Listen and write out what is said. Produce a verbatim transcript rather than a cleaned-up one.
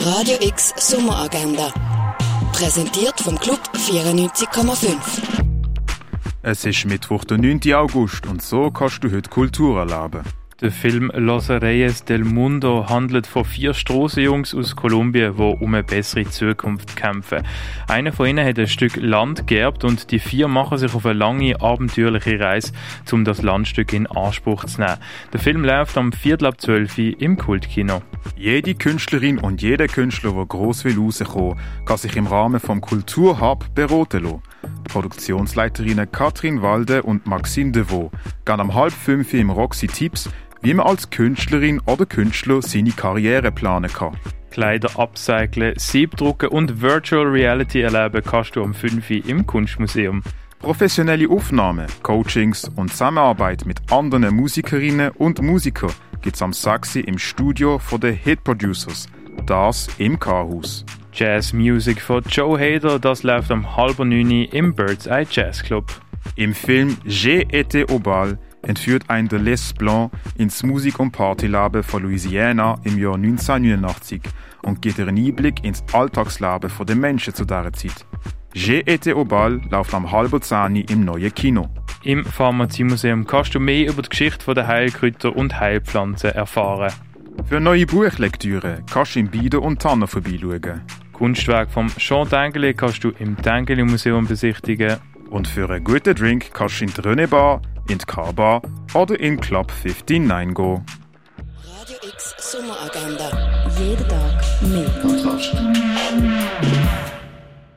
Radio X Sommeragenda. Präsentiert vom Club vierundneunzig Komma fünf. Es ist Mittwoch, der neunten August, und so kannst du heute Kultur erleben. Der Film Los Reyes del Mundo handelt von vier Strassenjungs aus Kolumbien, die um eine bessere Zukunft kämpfen. Einer von ihnen hat ein Stück Land geerbt und die vier machen sich auf eine lange, abenteuerliche Reise, um das Landstück in Anspruch zu nehmen. Der Film läuft am Viertel ab zwölf im Kultkino. Jede Künstlerin und jeder Künstler, der gross will rauskommen, kann sich im Rahmen vom Kulturhub beraten lassen. Die Produktionsleiterinnen Katrin Walde und Maxime Devaux gehen am halb fünf im Roxy Tipps, wie man als Künstlerin oder Künstler seine Karriere planen kann. Kleider upcyclen, Siebdrucken und Virtual Reality erleben kannst du am fünf im Kunstmuseum. Professionelle Aufnahmen, Coachings und Zusammenarbeit mit anderen Musikerinnen und Musikern gibt es am sechs im Studio von den Hit Producers. Das im K-Haus. Jazz Music von Joe Hader, das läuft am halb neun im Bird's Eye Jazz Club. Im Film J'ai été au bal entführt ein der Les Blanc ins Musik- und Partyleben von Louisiana im Jahr neunzehnhundertneunundachtzig und gibt einen Einblick ins Alltagsleben der Menschen zu dieser Zeit. J'ai été au bal läuft am halb zehn im neuen Kino. Im Pharmaziemuseum kannst du mehr über die Geschichte der Heilkräuter und Heilpflanzen erfahren. Für neue Buchlektüre kannst du im Bieder und Tanner vorbeischauen. Kunstwerk vom Jean Tinguely kannst du im Tinguely Museum besichtigen. Und für einen guten Drink kannst du in die René Bar, in die K-Bar oder in Club neunundfünfzig gehen. Radio X Sommeragenda. Jeden Tag mehr. Kontrast.